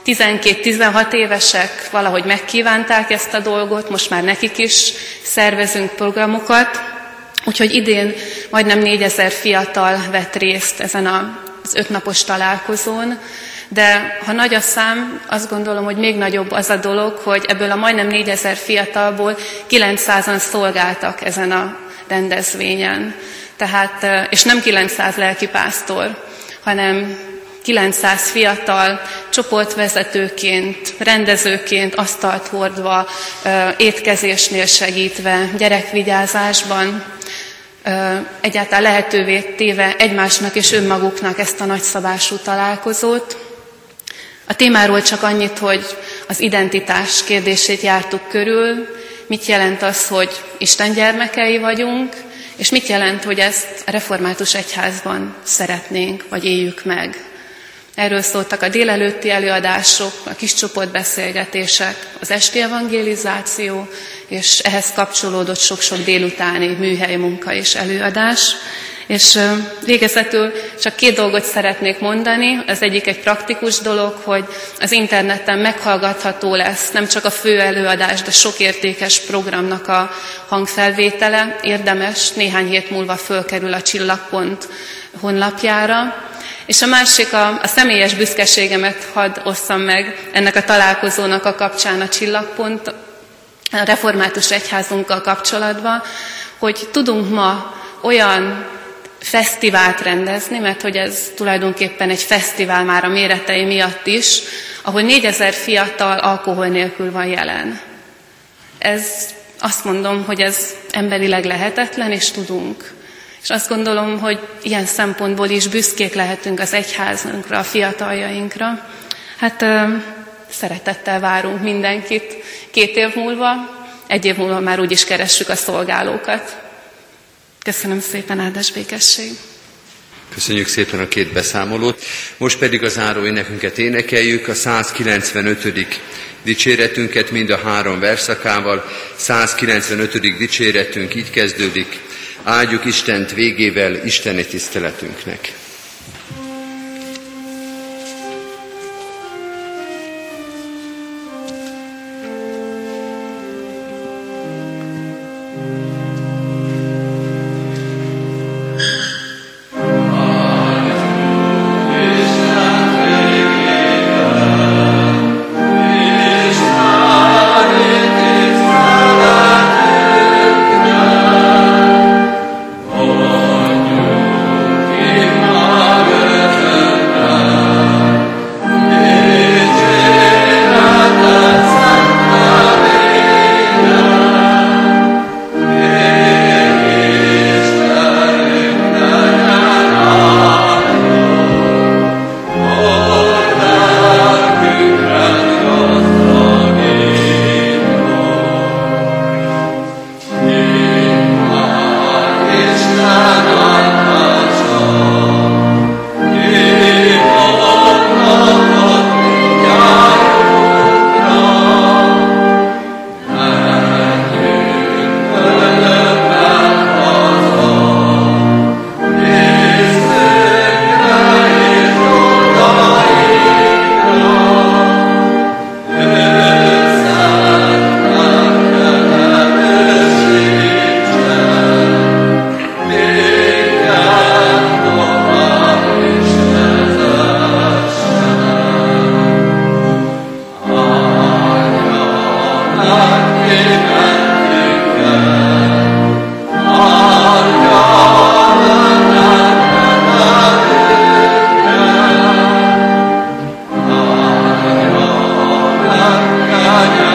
12-16 évesek valahogy megkívánták ezt a dolgot, most már nekik is szervezünk programokat, úgyhogy idén majdnem 4000 fiatal vett részt ezen az 5 napos találkozón, de ha nagy a szám, azt gondolom, hogy még nagyobb az a dolog, hogy ebből a majdnem 4000 fiatalból 900-an szolgáltak ezen a rendezvényen. Tehát, és nem 900 lelkipásztor, hanem 900 fiatal csoportvezetőként, rendezőként, asztalt hordva, étkezésnél segítve, gyerekvigyázásban, egyáltalán lehetővé téve egymásnak és önmaguknak ezt a nagyszabású találkozót. A témáról csak annyit, hogy az identitás kérdését jártuk körül, mit jelent az, hogy Isten gyermekei vagyunk, és mit jelent, hogy ezt a református egyházban szeretnénk, vagy éljük meg. Erről szóltak a délelőtti előadások, a kis csoportbeszélgetések, az esti evangelizáció, és ehhez kapcsolódott sok-sok délutáni műhely munka és előadás. És végezetül csak 2 dolgot szeretnék mondani. Az egyik egy praktikus dolog, hogy az interneten meghallgatható lesz nem csak a fő előadás, de sok értékes programnak a hangfelvétele. Érdemes, néhány hét múlva fölkerül a Csillagpont honlapjára. És a másik, a személyes büszkeségemet hadd osszam meg ennek a találkozónak a kapcsán a Csillagpont, a református egyházunkkal kapcsolatban, hogy tudunk ma olyan fesztivált rendezni, mert hogy ez tulajdonképpen egy fesztivál már a méretei miatt is, ahol 4000 fiatal alkohol nélkül van jelen. Azt mondom, hogy ez emberileg lehetetlen, és tudunk. És azt gondolom, hogy ilyen szempontból is büszkék lehetünk az egyházunkra, a fiataljainkra. Hát szeretettel várunk mindenkit 2 év múlva, 1 év múlva már úgyis keressük a szolgálókat. Köszönöm szépen, áldás békesség! Köszönjük szépen a 2 beszámolót. Most pedig a záró énekünket énekeljük, a 195. dicséretünket mind a 3 verszakával. 195. dicséretünk így kezdődik: áldjuk Istent végével isteni tiszteletünknek. Amen.